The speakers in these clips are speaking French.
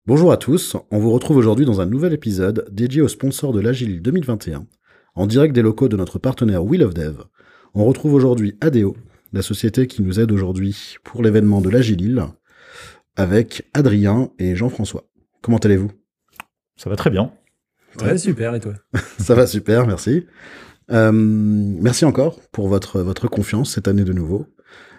Bonjour à tous, on vous retrouve aujourd'hui dans un nouvel épisode dédié aux sponsors de l'Agile 2021, en direct des locaux de notre partenaire Wheel of Dev. On retrouve aujourd'hui ADO, la société qui nous aide aujourd'hui pour l'événement de l'Agile, avec Adrien et Jean-François. Comment allez-vous? Ça va très bien. Ouais, super, et toi? Ça va super, merci. Merci encore pour votre confiance cette année de nouveau.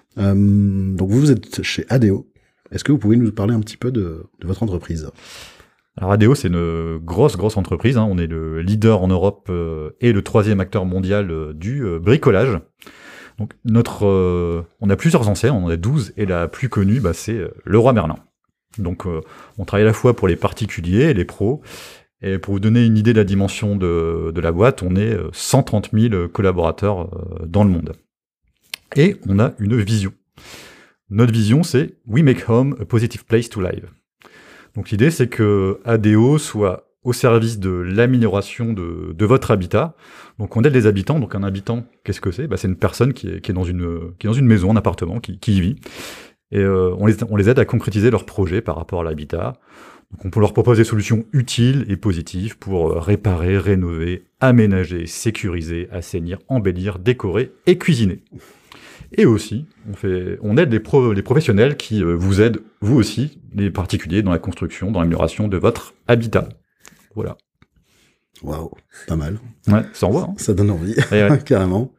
Donc vous êtes chez ADO. Est-ce que vous pouvez nous parler un petit peu de votre entreprise? Alors ADO, c'est une grosse entreprise. On est le leader en Europe et le troisième acteur mondial du bricolage. Donc on a plusieurs enseignes, on en a 12, et la plus connue, c'est Leroy Merlin. Donc on travaille à la fois pour les particuliers et les pros. Et pour vous donner une idée de la dimension de la boîte, on est 130 000 collaborateurs dans le monde. Et on a une vision. Notre vision, c'est « We make home a positive place to live ». Donc l'idée, c'est que ADO soit au service de l'amélioration de votre habitat. Donc on aide les habitants. Donc un habitant, qu'est-ce que c'est? C'est une personne qui est dans une maison, un appartement, qui y vit. Et on les aide à concrétiser leurs projets par rapport à l'habitat. Donc on leur propose des solutions utiles et positives pour réparer, rénover, aménager, sécuriser, assainir, embellir, décorer et cuisiner. Et aussi, on aide les professionnels qui vous aident, vous aussi, les particuliers, dans la construction, dans l'amélioration de votre habitat. Voilà. Waouh, pas mal. Ouais, ça envoie. Ça donne envie, Ouais. carrément.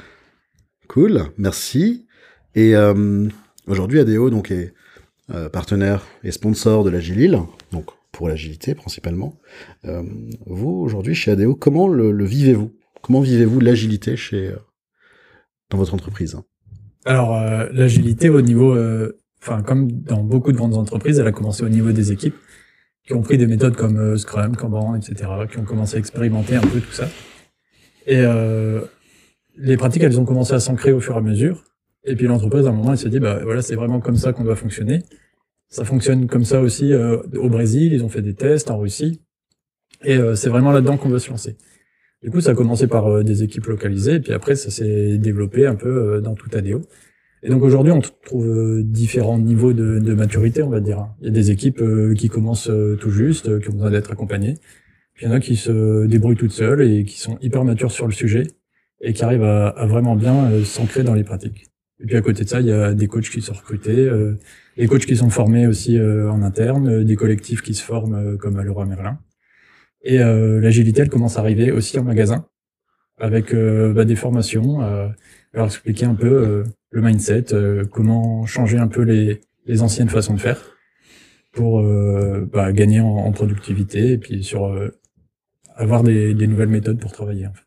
Cool, merci. Et aujourd'hui, ADO donc, est partenaire et sponsor de l'Agile, donc pour l'agilité principalement. Vous, aujourd'hui, chez ADO, comment le vivez-vous? Comment vivez-vous l'agilité dans votre entreprise? Alors, l'agilité au niveau, comme dans beaucoup de grandes entreprises, elle a commencé au niveau des équipes, qui ont pris des méthodes comme Scrum, Kanban, etc., qui ont commencé à expérimenter un peu tout ça. Et les pratiques, elles ont commencé à s'ancrer au fur et à mesure. Et puis l'entreprise, à un moment, elle s'est dit, voilà, c'est vraiment comme ça qu'on doit fonctionner. Ça fonctionne comme ça aussi au Brésil, ils ont fait des tests en Russie. Et c'est vraiment là-dedans qu'on veut se lancer. Du coup, ça a commencé par des équipes localisées, et puis après, ça s'est développé un peu dans tout ADO. Et donc aujourd'hui, on trouve différents niveaux de maturité, on va dire. Il y a des équipes qui commencent tout juste, qui ont besoin d'être accompagnées. Puis il y en a qui se débrouillent toutes seules et qui sont hyper matures sur le sujet et qui arrivent à vraiment bien s'ancrer dans les pratiques. Et puis à côté de ça, il y a des coachs qui sont recrutés, des coachs qui sont formés aussi en interne, des collectifs qui se forment comme à Leroy Merlin. Et l'agilité, elle commence à arriver aussi en magasin, avec des formations, leur expliquer un peu le mindset, comment changer un peu les anciennes façons de faire pour gagner en productivité et puis sur avoir des nouvelles méthodes pour travailler. En fait.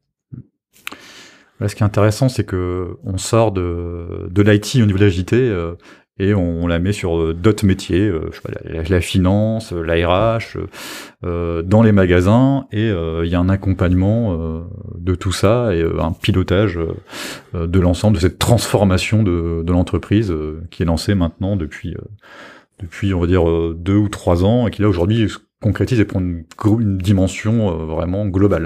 Là, ce qui est intéressant, c'est que on sort de l'IT au niveau de l'agilité et on la met sur d'autres métiers, je sais pas, la finance, la RH, dans les magasins, et il y a un accompagnement de tout ça et un pilotage de l'ensemble de cette transformation de l'entreprise qui est lancée maintenant depuis on va dire 2 ou 3 ans et qui là aujourd'hui se concrétise et prend une dimension vraiment globale.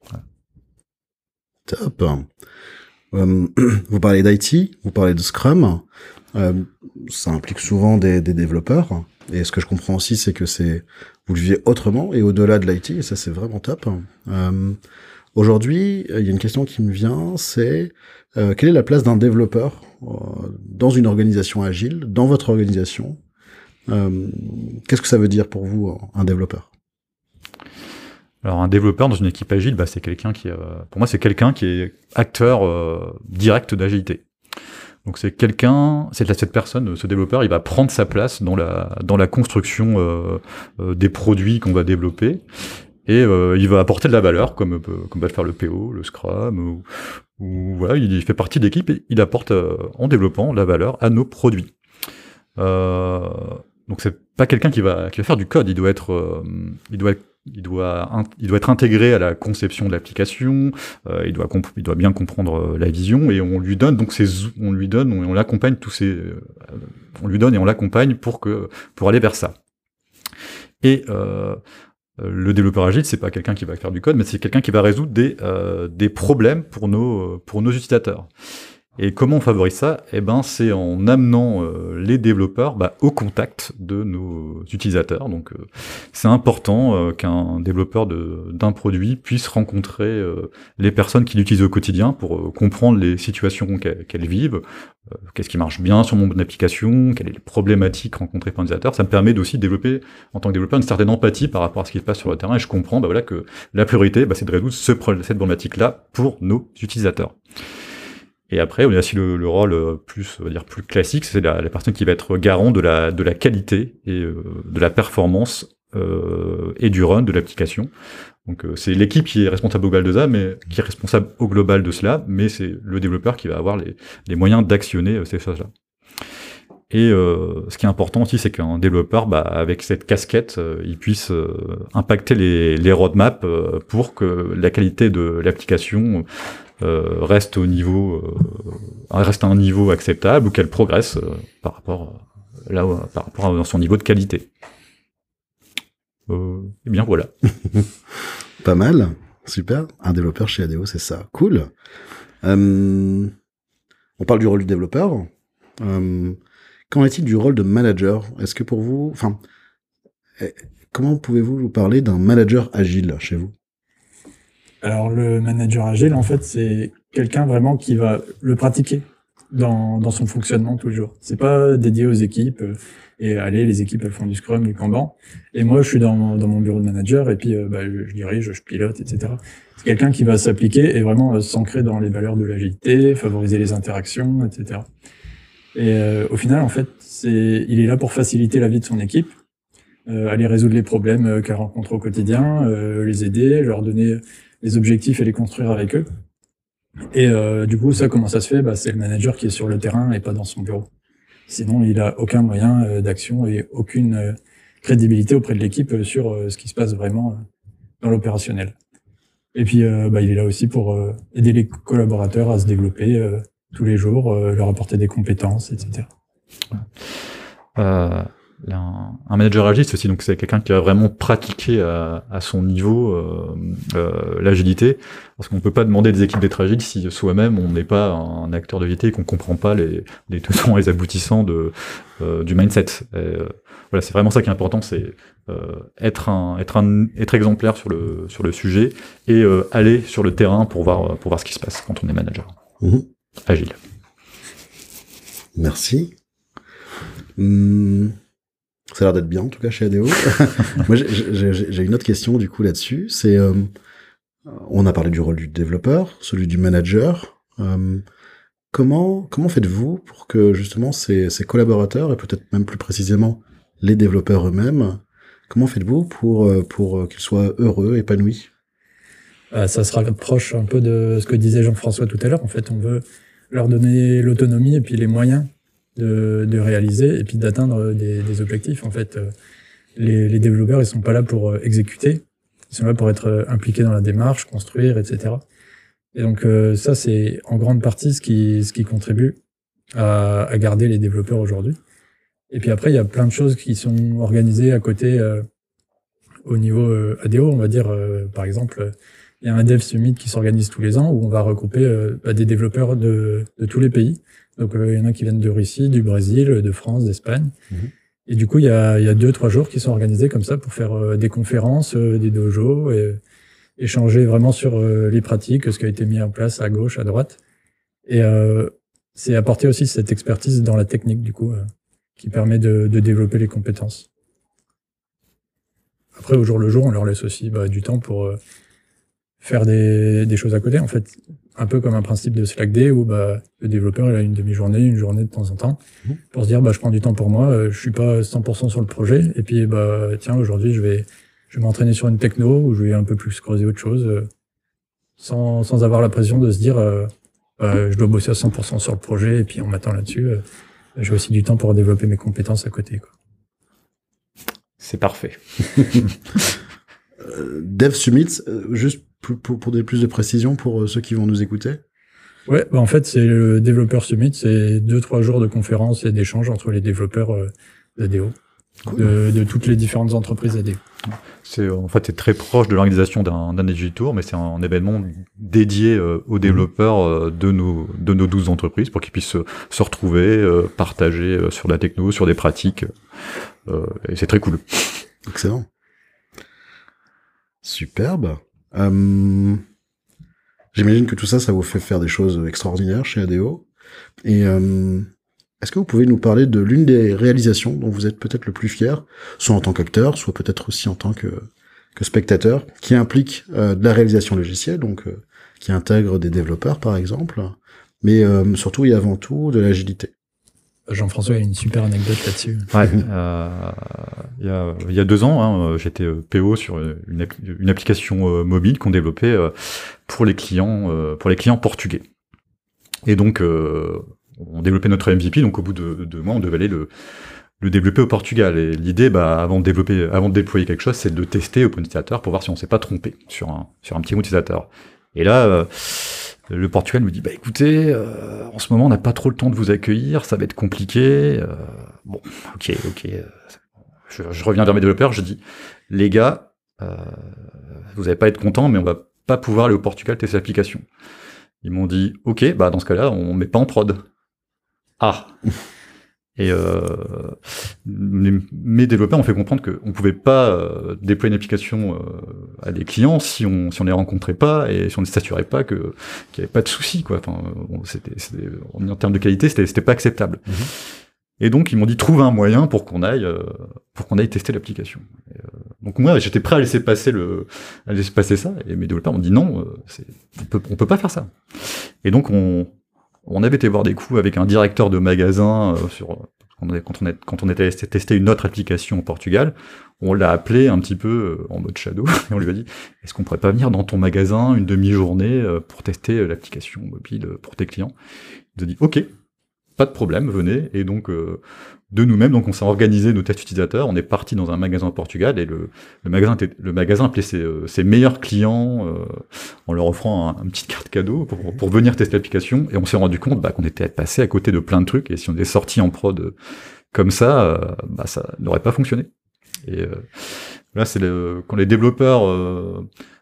Top. Vous parlez d'IT, vous parlez de Scrum. Ça implique souvent des développeurs. Et ce que je comprends aussi, c'est que vous le vivez autrement et au-delà de l'IT. Et ça, c'est vraiment top. Aujourd'hui, il y a une question qui me vient, c'est quelle est la place d'un développeur dans une organisation agile, dans votre organisation? Qu'est-ce que ça veut dire pour vous, un développeur? Alors un développeur dans une équipe agile, c'est quelqu'un pour moi, c'est quelqu'un qui est acteur direct d'agilité. Donc cette personne, ce développeur, il va prendre sa place dans la construction des produits qu'on va développer, et il va apporter de la valeur, comme va le faire le PO, le Scrum, ou voilà, il fait partie de l'équipe et il apporte en développant la valeur à nos produits. Donc c'est pas quelqu'un qui va faire du code, il doit être intégré à la conception de l'application, il doit bien comprendre la vision, et on lui donne donc on l'accompagne on lui donne et on l'accompagne pour aller vers ça. Et le développeur agile, c'est pas quelqu'un qui va faire du code, mais c'est quelqu'un qui va résoudre des problèmes pour nos utilisateurs. Et comment on favorise ça? C'est en amenant les développeurs au contact de nos utilisateurs. Donc, c'est important qu'un développeur d'un produit puisse rencontrer les personnes qui l'utilisent au quotidien pour comprendre les situations qu'elles vivent, qu'est-ce qui marche bien sur mon application, quelles sont les problématiques rencontrées par l'utilisateur. Ça me permet aussi de développer, en tant que développeur, une certaine empathie par rapport à ce qui se passe sur le terrain, et je comprends que la priorité, c'est de résoudre cette problématique-là pour nos utilisateurs. Et après, on a aussi le rôle plus classique, c'est la personne qui va être garant de la qualité et de la performance et du run de l'application. Donc c'est l'équipe qui est responsable au global de ça, mais qui est responsable au global de cela, mais c'est le développeur qui va avoir les moyens d'actionner ces choses-là. Et ce qui est important aussi, c'est qu'un développeur, avec cette casquette, il puisse impacter les roadmaps pour que la qualité de l'application reste à un niveau acceptable, ou qu'elle progresse par rapport à son niveau de qualité. Et bien voilà. Pas mal, super. Un développeur chez ADO, c'est ça. Cool. On parle du rôle du développeur. Qu'en est-il du rôle de manager? Est-ce que pour vous, comment pouvez-vous nous parler d'un manager agile chez vous? Alors, le manager agile, en fait, c'est quelqu'un vraiment qui va le pratiquer dans son fonctionnement tous les jours. C'est pas dédié aux équipes. Et les équipes, elles font du Scrum, du Kanban. Et moi, je suis dans mon bureau de manager, et puis je dirige, je pilote, etc. C'est quelqu'un qui va s'appliquer et vraiment s'ancrer dans les valeurs de l'agilité, favoriser les interactions, etc. Et au final, en fait, il est là pour faciliter la vie de son équipe, aller résoudre les problèmes qu'elle rencontre au quotidien, les aider, leur donner les objectifs et les construire avec eux. Et du coup, ça, comment ça se fait? C'est le manager qui est sur le terrain et pas dans son bureau. Sinon, il a aucun moyen d'action et aucune crédibilité auprès de l'équipe sur ce qui se passe vraiment dans l'opérationnel. Et puis, il est là aussi pour aider les collaborateurs à se développer tous les jours, leur apporter des compétences, etc. Un manager agile, c'est quelqu'un qui va vraiment pratiquer à son niveau l'agilité, parce qu'on peut pas demander des équipes d'être agiles si soi-même on n'est pas un acteur d'agilité et qu'on comprend pas les tenants et les aboutissants du mindset. Voilà, c'est vraiment ça qui est important, c'est être exemplaire sur le sujet et aller sur le terrain pour voir ce qui se passe quand on est manager agile. Merci. Ça a l'air d'être bien, en tout cas, chez ADO. Moi, j'ai une autre question, du coup, là-dessus. C'est, on a parlé du rôle du développeur, celui du manager. Comment faites-vous pour que, justement, ces collaborateurs, et peut-être même plus précisément les développeurs eux-mêmes, comment faites-vous pour qu'ils soient heureux, épanouis? Ça se rapproche un peu de ce que disait Jean-François tout à l'heure. En fait, on veut leur donner l'autonomie et puis les moyens de réaliser et puis d'atteindre des objectifs. En fait, les développeurs, ils sont pas là pour exécuter, ils sont là pour être impliqués dans la démarche, construire, etc. Et donc ça, c'est en grande partie ce qui contribue à garder les développeurs aujourd'hui. Et puis après, il y a plein de choses qui sont organisées à côté au niveau ADO, on va dire. Par exemple, il y a un Dev Summit qui s'organise tous les ans où on va regrouper des développeurs de tous les pays. Donc, il y en a qui viennent de Russie, du Brésil, de France, d'Espagne. Et du coup, il y a 2-3 jours qui sont organisés comme ça pour faire des conférences, des dojos, et échanger vraiment sur les pratiques, ce qui a été mis en place à gauche, à droite. Et c'est apporter aussi cette expertise dans la technique, du coup, qui permet de développer les compétences. Après, au jour le jour, on leur laisse aussi du temps pour faire des choses à côté, en fait. Un peu comme un principe de Slack Day où le développeur il a une demi-journée, une journée de temps en temps pour se dire je prends du temps pour moi, je suis pas 100% sur le projet et puis tiens aujourd'hui je vais m'entraîner sur une techno où je vais un peu plus creuser autre chose sans avoir la pression de se dire je dois bosser à 100% sur le projet et puis on m'attend là-dessus. J'ai aussi du temps pour développer mes compétences à côté, quoi. C'est parfait. Dev Summit, juste pour donner plus de précision pour ceux qui vont nous écouter. Ouais, en fait, c'est le Developer Summit, c'est 2-3 jours de conférences et d'échanges entre les développeurs d'ADO, cool. de toutes les différentes entreprises ADO. c'est très proche de l'organisation d'un Agile Tour, mais c'est un événement dédié aux développeurs de nos 12 entreprises pour qu'ils puissent se retrouver, partager sur la techno, sur des pratiques. Et c'est très cool. Excellent. Superbe. J'imagine que tout ça vous fait faire des choses extraordinaires chez ADO. Et est-ce que vous pouvez nous parler de l'une des réalisations dont vous êtes peut-être le plus fier, soit en tant qu'acteur, soit peut-être aussi en tant que spectateur, qui implique de la réalisation logicielle, donc qui intègre des développeurs par exemple, mais surtout et avant tout de l'agilité. Jean-François a une super anecdote là-dessus. Ouais, il y a 2 ans, j'étais PO sur une application mobile qu'on développait pour les clients portugais. Et donc, on développait notre MVP, donc au bout de 2 mois, on devait aller le développer au Portugal. Et l'idée, avant de déployer quelque chose, c'est de le tester au point utilisateur pour voir si on s'est pas trompé sur un petit groupe utilisateur. Et là, le Portugal me dit, écoutez, en ce moment, on n'a pas trop le temps de vous accueillir, ça va être compliqué. Bon, ok. Je reviens vers mes développeurs, je dis, les gars, vous n'allez pas être contents, mais on va pas pouvoir aller au Portugal tester l'application. Ils m'ont dit, ok, dans ce cas-là, on met pas en prod. Ah. Et mes développeurs ont fait comprendre qu'on pouvait pas déployer une application à des clients si on les rencontrait pas et si on ne s'assurait pas qu'il n'y avait pas de soucis, quoi. Enfin, en termes de qualité, c'était pas acceptable. Et donc ils m'ont dit, trouve un moyen pour qu'on aille tester l'application. Donc moi j'étais prêt à laisser passer ça, et mes développeurs m'ont dit non, on peut pas faire ça. Et donc on avait été voir des coups avec un directeur de magasin quand on était testé une autre application au Portugal. On l'a appelé un petit peu en mode shadow et on lui a dit, est-ce qu'on pourrait pas venir dans ton magasin une demi-journée pour tester l'application mobile pour tes clients? Il nous a dit ok, pas de problème, venez. Et donc de nous-mêmes, donc on s'est organisé nos tests utilisateurs, on est parti dans un magasin au Portugal et le magasin appelait ses meilleurs clients en leur offrant une petite carte cadeau pour venir tester l'application, et on s'est rendu compte qu'on était passé à côté de plein de trucs, et si on était sorti en prod comme ça, ça n'aurait pas fonctionné. Et là c'est quand les développeurs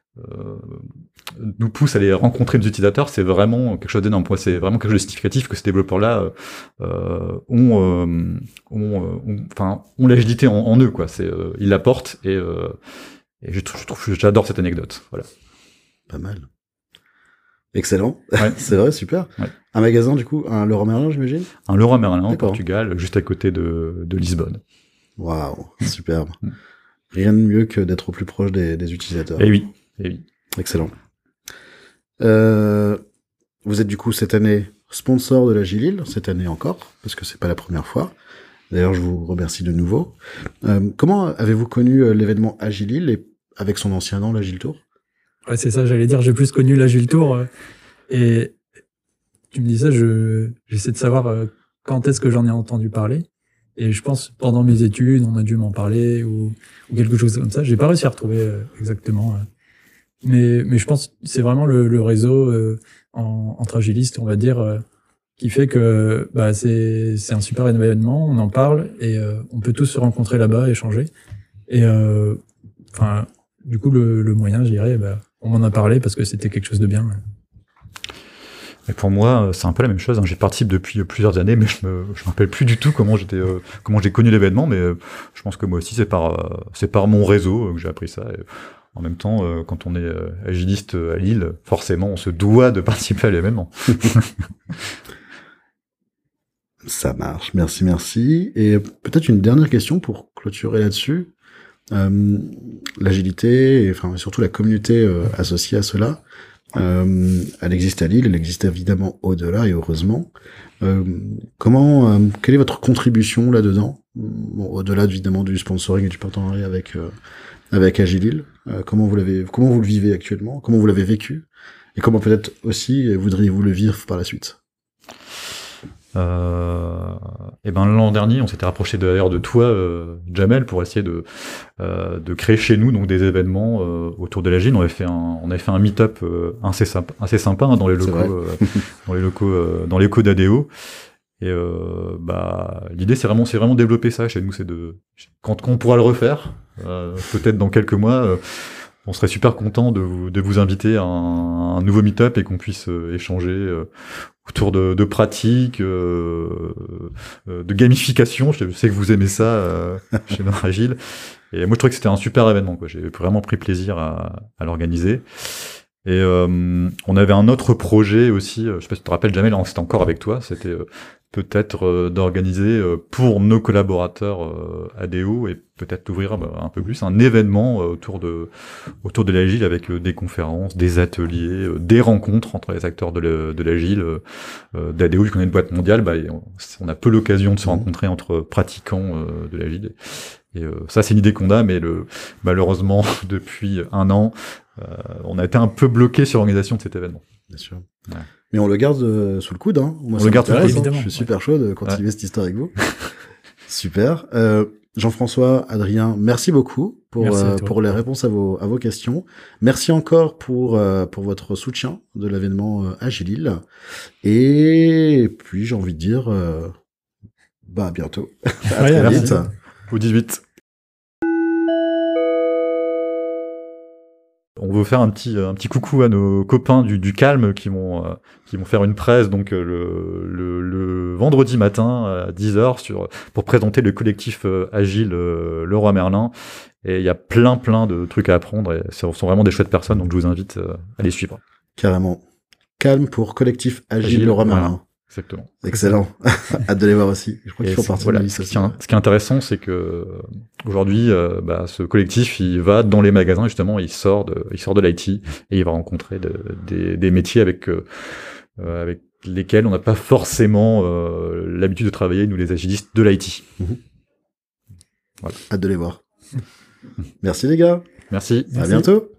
nous poussent à aller rencontrer nos utilisateurs, c'est vraiment quelque chose d'énorme. Pour moi, c'est vraiment quelque chose de significatif que ces développeurs-là ont l'agilité en eux, quoi. Ils l'apportent, et j'adore cette anecdote. Voilà. Pas mal. Excellent. Ouais. C'est vrai, super. Ouais. Un magasin, du coup, un Leroy Merlin, j'imagine? Un Leroy Merlin au Portugal, juste à côté de Lisbonne. Waouh, superbe. Rien de mieux que d'être au plus proche des utilisateurs. Et oui. Excellent. Vous êtes du coup cette année sponsor de l'Agile, cette année encore, parce que c'est pas la première fois. D'ailleurs, je vous remercie de nouveau. Comment avez-vous connu l'événement Agile et avec son ancien nom, l'Agile Tour? Ouais, c'est ça, j'allais dire, j'ai plus connu l'Agile Tour. Et tu me dis ça, j'essaie de savoir quand est-ce que j'en ai entendu parler. Et je pense, pendant mes études, on a dû m'en parler ou quelque chose comme ça. J'ai pas réussi à retrouver exactement. Mais je pense que c'est vraiment le réseau entre agilistes, on va dire, qui fait que c'est un super événement, on en parle et on peut tous se rencontrer là-bas, échanger. Et du coup, le moyen, je dirais, on m'en a parlé parce que c'était quelque chose de bien. Et pour moi, c'est un peu la même chose. J'y participe depuis plusieurs années, mais je me rappelle plus du tout comment j'ai connu l'événement. Mais je pense que moi aussi, c'est par mon réseau que j'ai appris ça. Et en même temps, quand on est agiliste à Lille, forcément, on se doit de participer à l'événement. Ça marche. Merci. Et peut-être une dernière question pour clôturer là-dessus. L'agilité, et surtout la communauté associée à cela, elle existe à Lille, elle existe évidemment au-delà, et heureusement. Quelle est votre contribution là-dedans, au-delà évidemment du sponsoring et du partenariat avec Agilil? Comment vous le vivez actuellement? Comment vous l'avez vécu? Et comment peut-être aussi voudriez-vous le vivre par la suite? L'an dernier, on s'était rapproché d'ailleurs de toi, Jamel, pour essayer de créer chez nous donc des événements autour de l'Agile. On avait fait un meet-up assez sympa dans les locaux d'ADO. Et l'idée c'est vraiment développer ça chez nous, c'est quand on pourra le refaire, peut-être dans quelques mois, on serait super content de vous inviter à un nouveau meet-up et qu'on puisse échanger autour de pratiques, de gamification. Je sais que vous aimez ça chez Nord Agile. Et moi je trouvais que c'était un super événement, quoi. J'ai vraiment pris plaisir à l'organiser. Et on avait un autre projet aussi, je sais pas si tu te rappelles, Jamel, c'était encore avec toi, c'était peut-être d'organiser pour nos collaborateurs ADO et peut-être d'ouvrir un peu plus un événement autour de l'agile avec des conférences, des ateliers, des rencontres entre les acteurs de l'agile, d'ADO, vu qu'on est une boîte mondiale, on a peu l'occasion de se rencontrer entre pratiquants de l'agile. Et ça, c'est une idée qu'on a, mais malheureusement, depuis un an, on a été un peu bloqué sur l'organisation de cet événement. Bien sûr. Ouais. Mais on le garde sous le coude. Hein. Moi, on le garde sous le coude, évidemment. Je suis super chaud de continuer cette histoire avec vous. Super. Jean-François, Adrien, merci beaucoup pour les réponses à vos questions. Merci encore pour votre soutien de l'événement Agilil. Et puis, j'ai envie de dire, à bientôt. À très vite. Au 18. On veut faire un petit coucou à nos copains du Calme qui vont faire une presse donc le vendredi matin à 10h pour présenter le collectif Agile Leroy Merlin. Et il y a plein de trucs à apprendre et ce sont vraiment des chouettes personnes, donc je vous invite à les suivre. Carrément. Calme pour collectif Agile Leroy Merlin. Voilà. Exactement. Excellent. Hâte de les voir aussi. Je crois qu'ils font partie de la liste. Ce qui est intéressant, c'est que aujourd'hui, ce collectif, il va dans les magasins, justement, il sort de l'IT et il va rencontrer des métiers avec lesquels on n'a pas forcément l'habitude de travailler, nous les agilistes de l'IT. Voilà. Hâte de les voir. Merci les gars. Merci. À bientôt.